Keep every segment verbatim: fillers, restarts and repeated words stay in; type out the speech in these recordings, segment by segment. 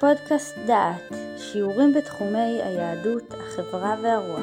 פודקאסט דעת, שיעורים בתחומי היהדות, החברה והרוח.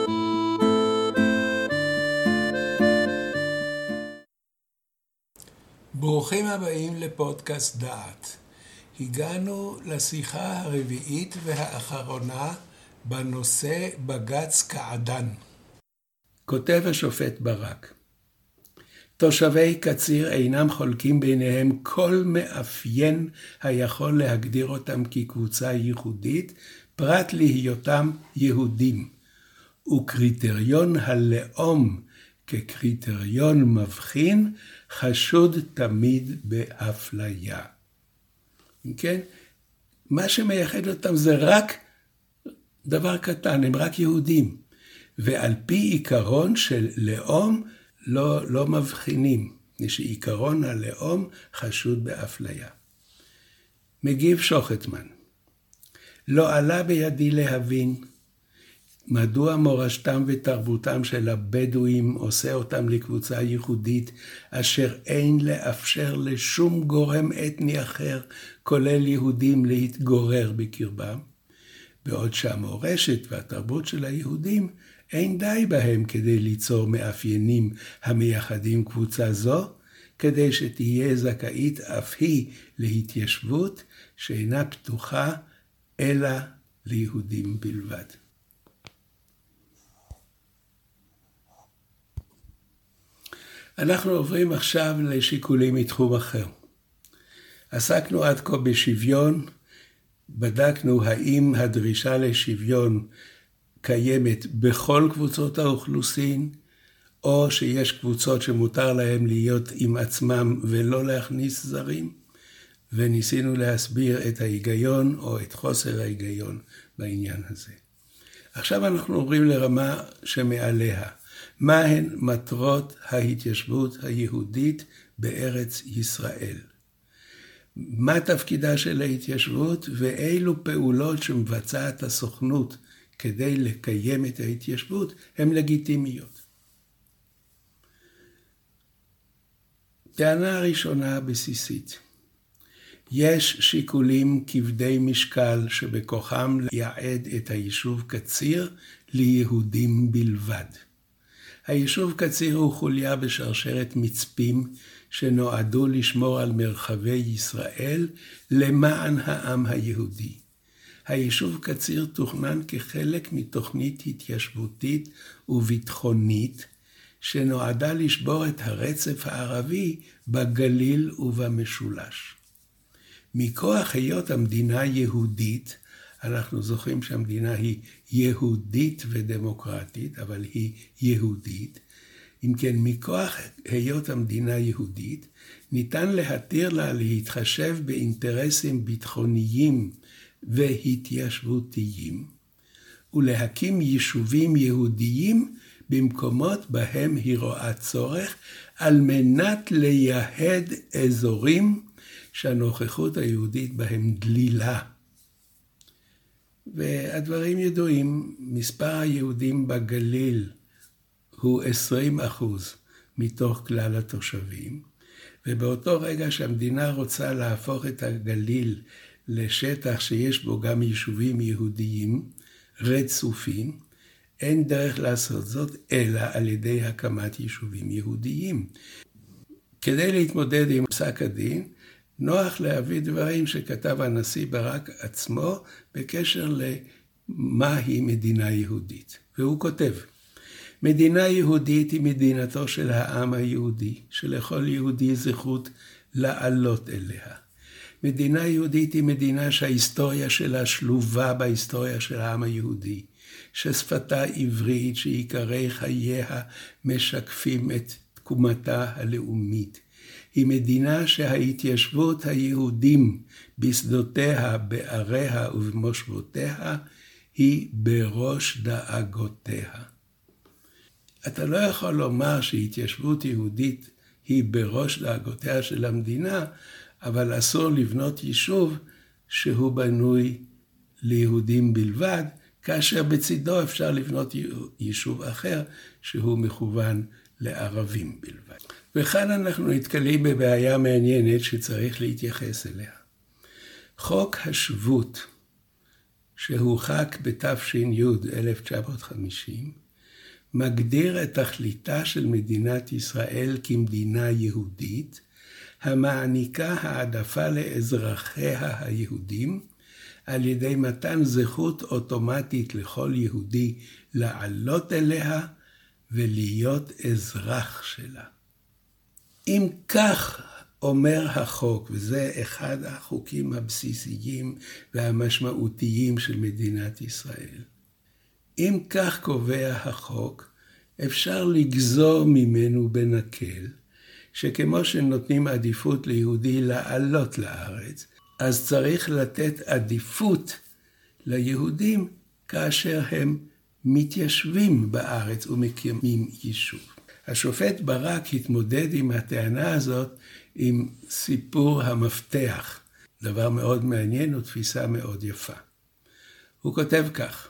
ברוכים הבאים לפודקאסט דעת. הגענו לשיחה הרביעית והאחרונה בנושא בג"ץ קעדאן. כותב השופט ברק: תושבי קציר אינם חולקים ביניהם כל מאפיין היכול להגדיר אותם כקבוצה ייחודית, פרט להיותם יהודים, וקריטריון הלאום כקריטריון מבחין חשוד תמיד באפליה. אם כן, מה שמייחד אותם זה רק דבר קטן, הם רק יהודים, ועל פי עיקרון של לאום לא, לא מבחינים, שעיקרון הלאום חשוד באפליה. מגיב שוחטמן: לא עלה בידי להבין מדוע מורשתם ותרבותם של הבדואים עושה אותם לקבוצה ייחודית, אשר אין לאפשר לשום גורם אתני אחר, כולל יהודים, להתגורר בקרבם, בעוד שהמורשת והתרבות של היהודים אין די בהם כדי ליצור מאפיינים המייחדים קבוצה זו, כדי שתהיה זכאית אף היא להתיישבות שאינה פתוחה אלא ליהודים בלבד. אנחנו עוברים עכשיו לשיקולים מתחום אחר. עסקנו עד כה בשוויון, בדקנו האם הדרישה לשוויון קיימת בכל קבוצות האוכלוסין, או שיש קבוצות שמותר להם להיות עם עצמם ולא להכניס זרים, וניסינו להסביר את ההיגיון או את חוסר ההיגיון בעניין הזה. עכשיו אנחנו עוברים לרמה שמעליה. מהן מטרות ההתיישבות היהודית בארץ ישראל? מה תפקידה של ההתיישבות ואילו פעולות שמבצעת הסוכנות כדי לקיים את ההתיישבות הן לגיטימיות? טענה ראשונה בסיסית: יש שיקולים כבדי משקל שבכוחם לייעד את היישוב קציר ליהודים בלבד. היישוב קציר הוא חוליה בשרשרת מצפים שנועדו לשמור על מרחבי ישראל למען העם היהודי. היישוב קציר תוכנן כחלק מתוכנית התיישבותית וביטחונית שנועדה לשבור את הרצף הערבי בגליל ובמשולש. מכוח היות המדינה יהודית, אנחנו זוכרים שהמדינה היא יהודית ודמוקרטית, אבל היא יהודית. אם כן, מכוח היות המדינה יהודית, ניתן להתיר לה להתחשב באינטרסים ביטחוניים והתיישבותיים, ולהקים יישובים יהודיים במקומות בהם היא רואה צורך, על מנת לייהד אזורים שהנוכחות היהודית בהם דלילה. והדברים ידועים, מספר היהודים בגליל הוא עשרים אחוז מתוך כלל התושבים, ובאותו רגע שהמדינה רוצה להפוך את הגליל לשטח שיש בו גם יישובים יהודיים רצופים, אין דרך לעשות זאת אלא על ידי הקמת יישובים יהודיים. כדי להתמודד עם פסק הדין, נוח להביא דברים שכתב הנשיא ברק עצמו בקשר למהי מדינה יהודית. והוא כותב: מדינה יהודית היא מדינתו של העם היהודי, שלכל יהודי זכות לעלות אליה. מדינה יהודית היא מדינה שההיסטוריה שלה שלובה בהיסטוריה של העם היהודי, ששפתה עברית, שעיקרי חייה משקפים את תקומתה הלאומית. היא מדינה שההתיישבות היהודים בשדותיה, בעריה ובמושבותיה היא בראש דאגותיה. אתה לא יכול לומר שהתיישבות יהודית היא בראש דאגותיה של המדינה, אבל אסור לבנות יישוב שהוא בנוי ליהודים בלבד, כאשר בצידו אפשר לבנות יישוב אחר שהוא מכוון לערבים בלבד. וכאן אנחנו נתקלים בבעיה מעניינת שצריך להתייחס אליה. חוק השבות, שהוחק בתש"י אלף תשע מאות וחמישים, מגדיר את תכליתה של מדינת ישראל כמדינה יהודית, המעניקה העדפה לאזרחיה היהודים, על ידי מתן זכות אוטומטית לכל יהודי לעלות אליה ולהיות אזרח שלה. אם כך אומר החוק, וזה אחד החוקים הבסיסיים והמשמעותיים של מדינת ישראל, אם כך קובע החוק, אפשר לגזור ממנו בנקל, שכמו שנותנים עדיפות ליהודי לעלות לארץ, אז צריך לתת עדיפות ליהודים כאשר הם מתיישבים בארץ ומקימים יישוב. השופט ברק התמודד עם הטענה הזאת עם סיפור המפתח, דבר מאוד מעניין ותפיסה מאוד יפה. הוא כותב כך: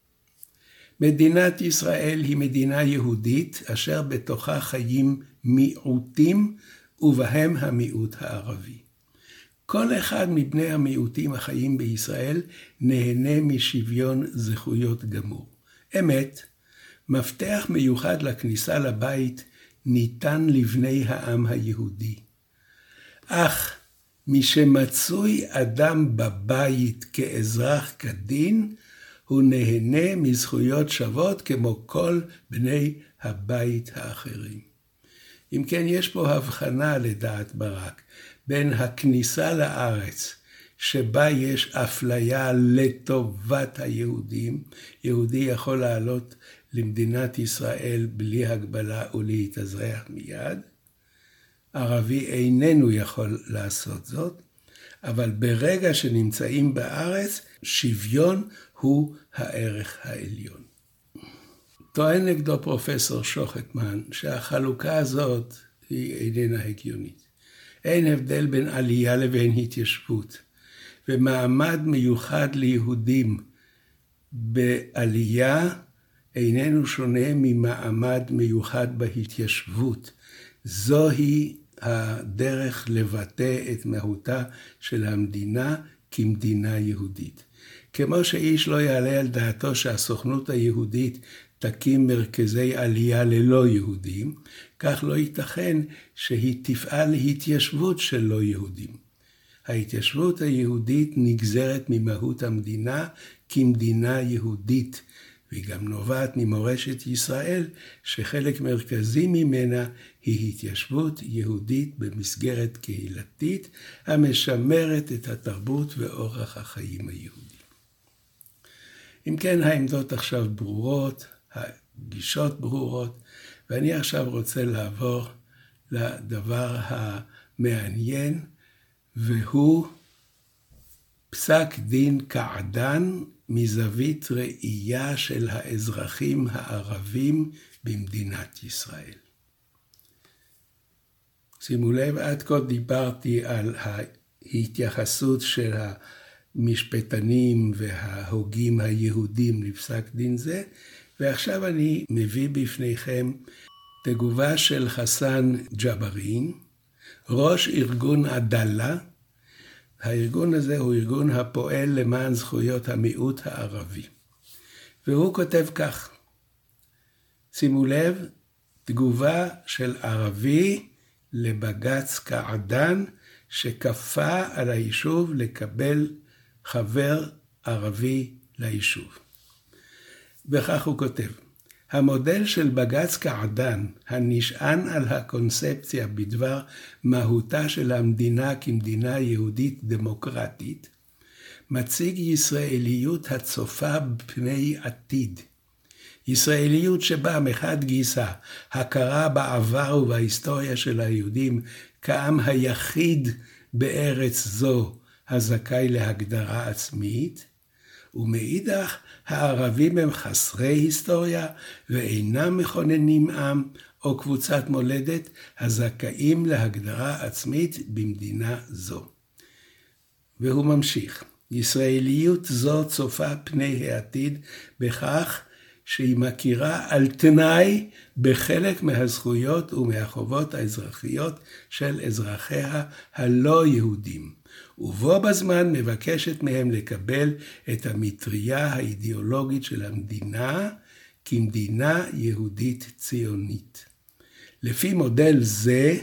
מדינת ישראל היא מדינה יהודית אשר בתוכה חיים מיעוטים ובהם המיעוט הערבי. כל אחד מבני המיעוטים החיים בישראל נהנה משוויון זכויות גמור. אמת, מפתח מיוחד לכניסה לבית ניתן לבני העם היהודי. אך משמצוי אדם בבית כאזרח כדין, הוא נהנה מזכויות שוות כמו כל בני הבית האחרים. אם כן, יש פה הבחנה לדעת ברק בין הכניסה לארץ, שבה יש אפליה לטובת היהודים, יהודי יכול לעלות למדינת ישראל בלי הגבלה ולהתאזרח מיד, ערבי איננו יכול לעשות זאת, אבל ברגע שנמצאים בארץ, שוויון הוא הערך העליון. טוען נגדו פרופסור שוחטמן שהחלוקה הזאת היא איננה הגיונית. אין הבדל בין עלייה לבין התיישבות, ומעמד מיוחד ליהודים בעלייה איננו שונה ממעמד מיוחד בהתיישבות. זוהי הדרך לבטא את מהותה של המדינה כמדינה יהודית. כמו שאיש לא יעלה על דעתו שהסוכנות היהודית תקים מרכזי עלייה ללא יהודים, כך לא ייתכן שהיא תפעל להתיישבות של לא יהודים. ההתיישבות היהודית נגזרת ממהות המדינה כמדינה יהודית, והיא גם נובעת ממורשת ישראל, שחלק מרכזי ממנה היא התיישבות יהודית במסגרת קהילתית, המשמרת את התרבות ואורח החיים היהודי. אם כן, העמדות עכשיו ברורות, הגישות ברורות, ואני עכשיו רוצה לעבור לדבר המעניין, והוא פסק דין קעדאן מזווית ראייה של האזרחים הערבים במדינת ישראל. שימו לב, עד כה דיברתי על ההתייחסות של המשפטנים וההוגים היהודים לפסק דין זה, ועכשיו אני מביא בפניכם תגובה של חסן ג'בארין, ראש ארגון עדאלה. הארגון הזה הוא ארגון הפועל למען זכויות המיעוט הערבי. והוא כותב כך, שימו לב, תגובה של ערבי לבג"ץ קעדאן, שכפה על היישוב לקבל חבר ערבי ליישוב. וכך הוא כותב, המודל של בג"ץ קעדאן, הנשען על הקונספציה בדבר מהותה של המדינה כמדינה יהודית דמוקרטית, מציג ישראליות הצופה בפני עתיד. ישראליות שבה מחד גיסא הכרה בעבר ובהיסטוריה של היהודים כעם היחיד בארץ זו הזכאי להגדרה עצמית, ומאידך הערבים הם חסרי היסטוריה ואינם מכוננים עם או קבוצת מולדת הזכאים להגדרה עצמית במדינה זו. והוא ממשיך, ישראליות זו צופה פני העתיד בכך שהיא מכירה על תנאי בחלק מהזכויות ומהחובות האזרחיות של אזרחיה הלא יהודים, ובו בזמן מבקשת מהם לקבל את המטריה האידיאולוגית של המדינה כמדינה יהודית ציונית. לפי מודל זה,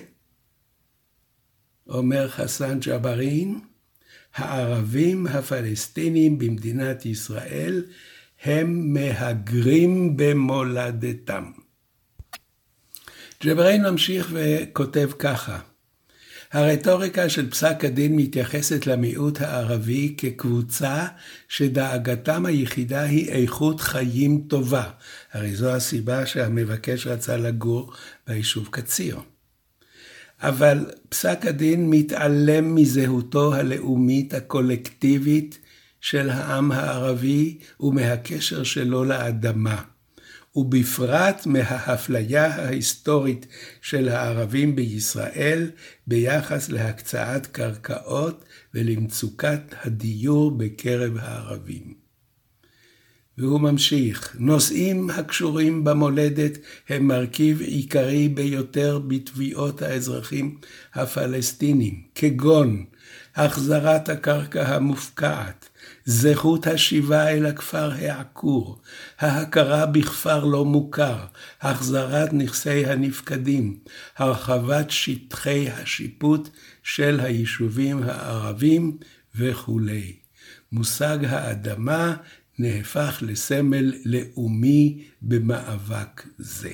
אומר חסן ג'בארין, הערבים הפלסטינים במדינת ישראל הם מהגרים במולדתם. ג'בארין ממשיך וכותב ככה: הרטוריקה של פסק הדין מתייחסת למיעוט הערבי כקבוצה שדאגתם היחידה היא איכות חיים טובה. הרי זו הסיבה שהמבקש רצה לגור ביישוב קציר. אבל פסק הדין מתעלם מזהותו הלאומית הקולקטיבית של העם הערבי ומהקשר שלו לאדמה, ובפרט מהאפליה ההיסטורית של הערבים בישראל ביחס להקצאת קרקעות ולמצוקת הדיור בקרב הערבים. והוא ממשיך, נושאים הקשורים במולדת הם מרכיב עיקרי ביותר בתביעות האזרחים הפלסטינים, כגון החזרת הקרקע המופקעת, זכות השיבה אל הכפר העקור, ההכרה בכפר לא מוכר, החזרת נכסי הנפקדים, הרחבת שטחי השיפוט של היישובים הערבים וכו'. מושג האדמה נהפך לסמל לאומי במאבק זה.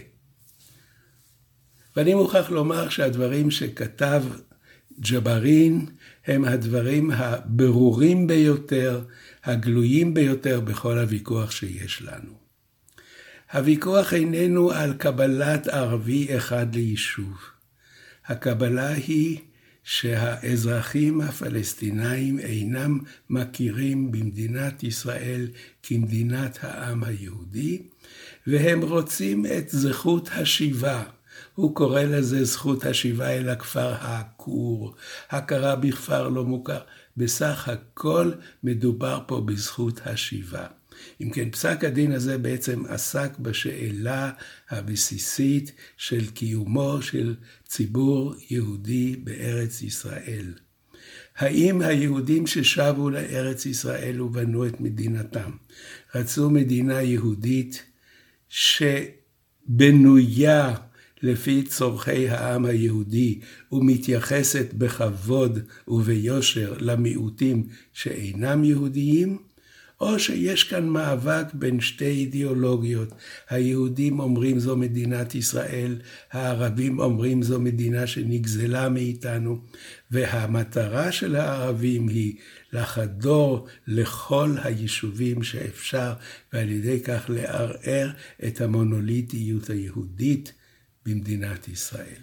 ואני מוכרח לומר שהדברים שכתב ג'בארין הם הדברים הברורים ביותר, הגלויים ביותר בכל הוויכוח שיש לנו. הוויכוח איננו על קבלת ערבי אחד ליישוב. הקבלה היא שהאזרחים הפלסטינאים אינם מכירים במדינת ישראל כמדינת העם היהודי, והם רוצים את זכות השיבה. הוא קורא לזה זכות השיבה אל הכפר העקור, הכרה בכפר לא מוכר. בסך הכל מדובר פה בזכות השיבה. אם כן, פסק הדין הזה בעצם עסק בשאלה הבסיסית של קיומו של ציבור יהודי בארץ ישראל. האם היהודים ששבו לארץ ישראל ובנו את מדינתם, רצו מדינה יהודית שבנויה לפי צורכי העם היהודי ומתייחסת בכבוד וביושר למיעוטים שאינם יהודיים, או שיש כאן מאבק בין שתי אידיאולוגיות. היהודים אומרים זו מדינת ישראל, הערבים אומרים זו מדינה שנגזלה מאיתנו, והמטרה של הערבים היא לחדור לכל היישובים שאפשר, ועל ידי כך לערער את המונוליטיות היהודית במדינת ישראל.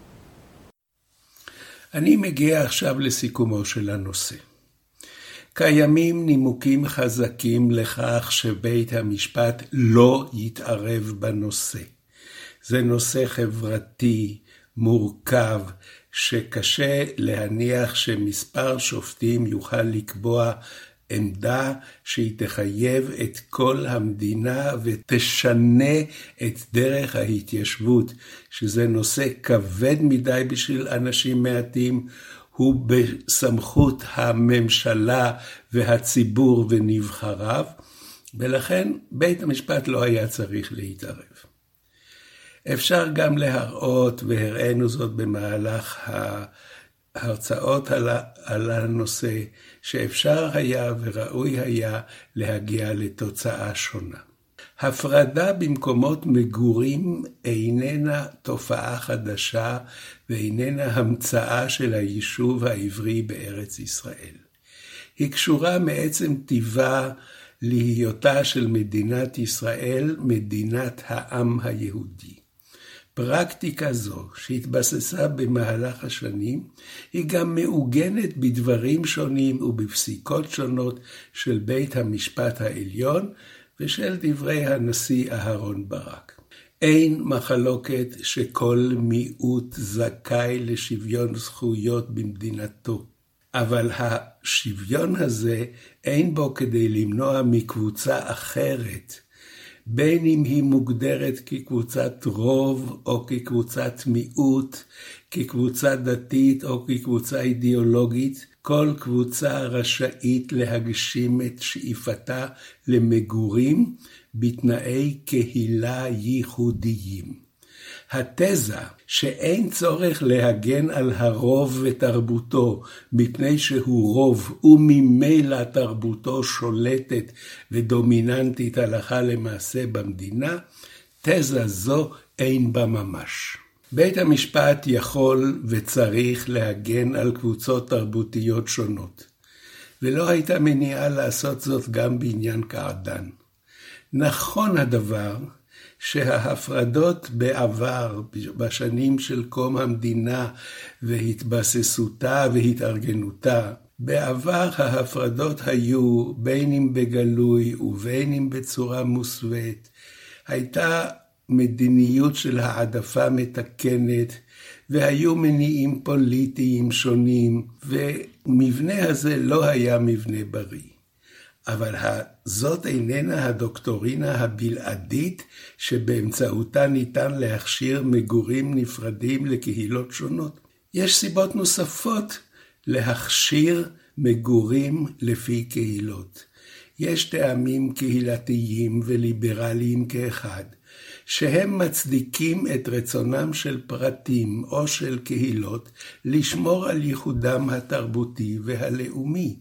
אני מגיע עכשיו לסיכומו של הנושא. קיימים נימוקים חזקים לכך שבית המשפט לא יתערב בנושא. זה נושא חברתי מורכב שקשה להניח שמספר שופטים יוכל לקבוע עמדה שהיא תחייב את כל המדינה ותשנה את דרך ההתיישבות, שזה נושא כבד מדי בשביל אנשים מעטים, הוא בסמכות הממשלה והציבור ונבחריו, ולכן בית המשפט לא היה צריך להתערב. אפשר גם להראות, והראינו זאת במהלך ההרצאות על הנושא, שאפשר היה וראוי היה להגיע לתוצאה שונה. הפרדה במקומות מגורים איננה תופעה חדשה ואיננה המצאה של היישוב העברי בארץ ישראל. היא קשורה מעצם טבעה להיותה של מדינת ישראל מדינת העם היהודי. פרקטיקה זו שהתבססה במהלך השנים היא גם מעוגנת בדברים שונים ובפסיקות שונות של בית המשפט העליון ושל דברי הנשיא אהרן ברק. אין מחלוקת שכל מיעוט זכאי לשוויון זכויות במדינתו, אבל השוויון הזה אין בו כדי למנוע מקבוצה אחרת בין אם היא מוגדרת כקבוצת רוב או כקבוצת מיעוט, כקבוצה דתית או כקבוצה אידיאולוגית, כל קבוצה רשאית להגשים את שאיפתה למגורים בתנאי קהילה ייחודיים. התזה שאין צורך להגן על הרוב ותרבותו מפני שהוא רוב וממילא תרבותו שולטת ודומיננטית הלכה למעשה במדינה, תזה זו אין בה ממש. בית המשפט יכול וצריך להגן על קבוצות תרבותיות שונות, ולא הייתה מניעה לעשות זאת גם בעניין קעדאן. נכון הדבר שההפרדות בעבר, בשנים של קום המדינה והתבססותה והתארגנותה, בעבר ההפרדות היו בין אם בגלוי ובין אם בצורה מוסווית. הייתה מדיניות של העדפה מתקנת, והיו מניעים פוליטיים שונים, ומבנה הזה לא היה מבנה בריא. אבל זאת איננה הדוקטורינה הבלעדית שבאמצעותה ניתן להכשיר מגורים נפרדים לקהילות שונות. יש סיבות נוספות להכשיר מגורים לפי קהילות. יש טעמים קהילתיים וליברליים כאחד, שהם מצדיקים את רצונם של פרטים או של קהילות לשמור על ייחודם התרבותי והלאומי.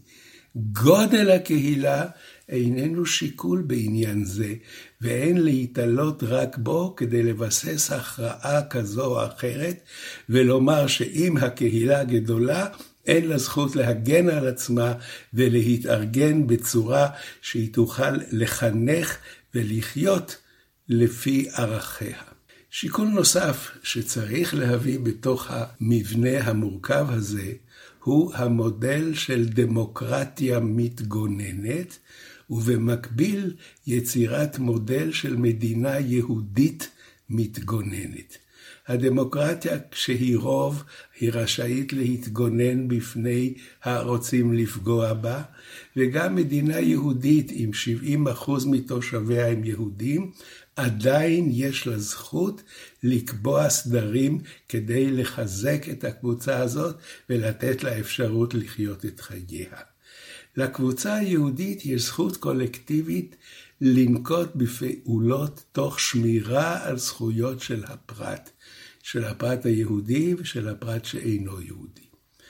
גודל הקהילה איננו שיקול בעניין זה, ואין להתעלות רק בו כדי לבסס הכרעה כזו או אחרת, ולומר שאם הקהילה גדולה, אין לה זכות להגן על עצמה ולהתארגן בצורה שהיא תוכל לחנך ולחיות לפי ערכיה. שיקול נוסף שצריך להביא בתוך המבנה המורכב הזה, הוא המודל של דמוקרטיה מתגוננת, ובמקביל יצירת מודל של מדינה יהודית מתגוננת. הדמוקרטיה כשהיא רוב, היא רשאית להתגונן בפני הרוצים לפגוע בה, וגם מדינה יהודית עם שבעים אחוז מתושביה הם יהודים, עדיין יש לה זכות לקבוע סדרים כדי לחזק את הקבוצה הזאת ולתת לה אפשרות לחיות את חייה. לקבוצה היהודית יש זכות קולקטיבית לנקוט בפעולות תוך שמירה על זכויות של הפרט, של הפרט היהודי ושל הפרט שאינו יהודי.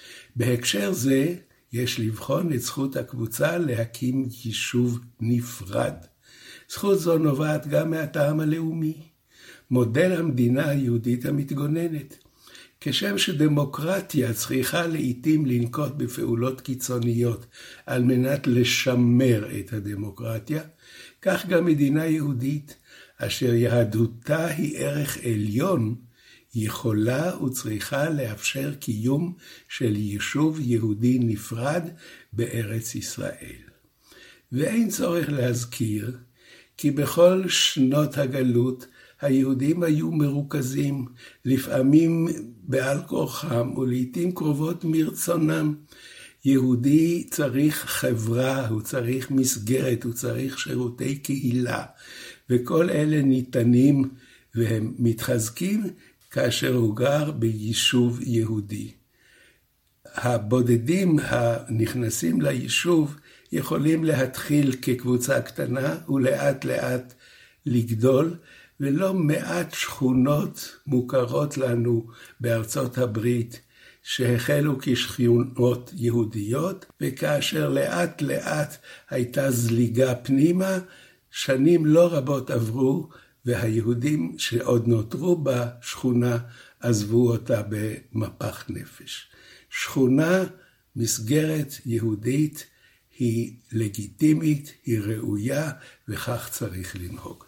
בהקשר זה יש לבחון את זכות הקבוצה להקים יישוב נפרד. זכות זו נובעת גם מהטעם הלאומי, מודל המדינה היהודית המתגוננת. כשם שדמוקרטיה צריכה לעתים לנקוט בפעולות קיצוניות על מנת לשמר את הדמוקרטיה, כך גם מדינה יהודית, אשר יהדותה היא ערך עליון, יכולה וצריכה לאפשר קיום של יישוב יהודי נפרד בארץ ישראל. ואין צורך להזכיר כי בכל שנות הגלות היהודים היו מרוכזים, לפעמים בעל כורחם ולעיתים קרובות מרצונם. יהודי צריך חברה, הוא צריך מסגרת, הוא צריך שירותי קהילה, וכל אלה ניתנים והם מתחזקים כאשר הוא גר ביישוב יהודי. הבודדים הנכנסים ליישוב יכולים להתחיל כקבוצה קטנה ולאט לאט לגדול, ולא מעט שכונות מוכרות לנו בארצות הברית שהחלו כשכונות יהודיות, וכאשר לאט לאט הייתה זליגה פנימה, שנים לא רבות עברו, והיהודים שעוד נותרו בשכונה עזבו אותה במפח נפש. שכונה, מסגרת יהודית, היא לגיטימית, היא ראויה, וכך צריך לנהוג.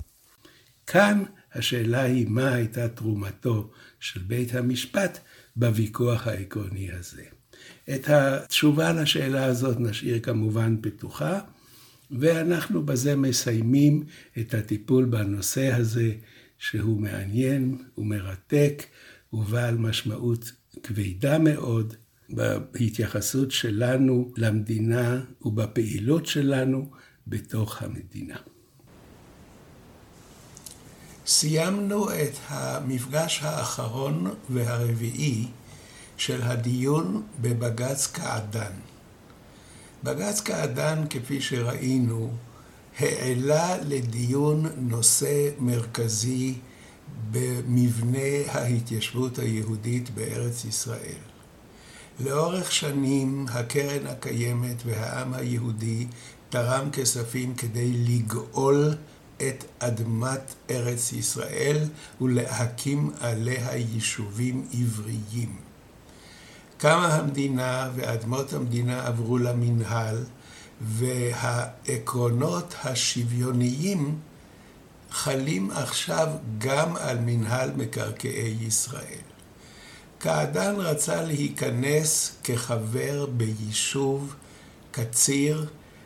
כאן השאלה היא מה הייתה תרומתו של בית המשפט בוויכוח העקרוני הזה. את התשובה לשאלה הזאת נשאיר כמובן פתוחה, ואנחנו בזה מסיימים את הטיפול בנושא הזה שהוא מעניין ומרתק ובעל משמעות כבדה מאוד בהתייחסות שלנו למדינה ובפעילות שלנו בתוך המדינה. סיימנו את המפגש האחרון והרביעי של הדיון בבג"ץ קעדאן. בג"ץ קעדאן, כפי שראינו, העלה לדיון נושא מרכזי במבנה ההתיישבות היהודית בארץ ישראל. לאורך שנים הקרן הקיימת והעם היהודי תרם כספים כדי לגאול את אדמת ארץ ישראל ולהקים עליה יישובים עבריים. קמה המדינה ואדמות המדינה עברו למנהל, והעקרונות השוויוניים חלים עכשיו גם על מנהל מקרקעי ישראל. קעדאן רצה להיכנס כחבר ביישוב קציר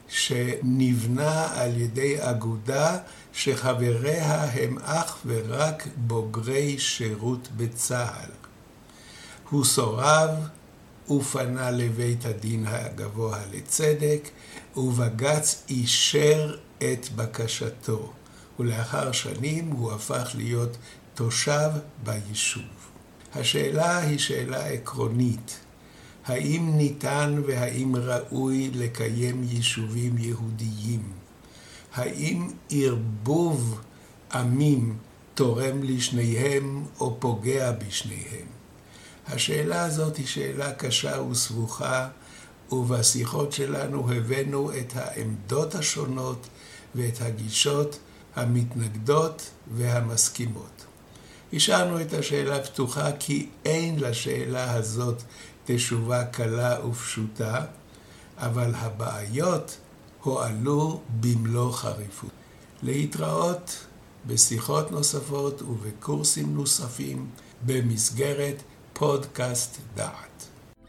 שנבנה על ידי אגודה שחבריה הם אך ורק בוגרי שירות בצה"ל. הוא סורב ופנה לבית הדין הגבוה לצדק, ובג"ץ אישר את בקשתו, ולאחר שנים הוא הפך להיות תושב ביישוב. השאלה היא שאלה עקרונית. האם ניתן והאם ראוי לקיים יישובים יהודיים? האם ערבוב עמים תורם לשניהם או פוגע בשניהם? השאלה הזאת היא שאלה קשה וסבוכה, ובשיחות שלנו הבאנו את העמדות השונות ואת הגישות המתנגדות והמסכימות. השארנו את השאלה פתוחה כי אין לשאלה הזאת תשובה קלה ופשוטה, אבל הבעיות הועלו במלוא חריפות. להתראות בשיחות נוספות ובקורסים נוספים במסגרת פודקאסט דעת.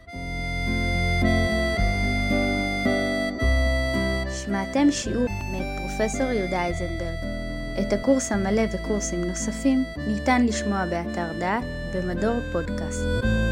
שמעתם שיעור מאת פרופסור יהודה אייזנברג. את הקורס המלא וקורסים נוספים ניתן לשמוע באתר דעת במדור פודקאסט.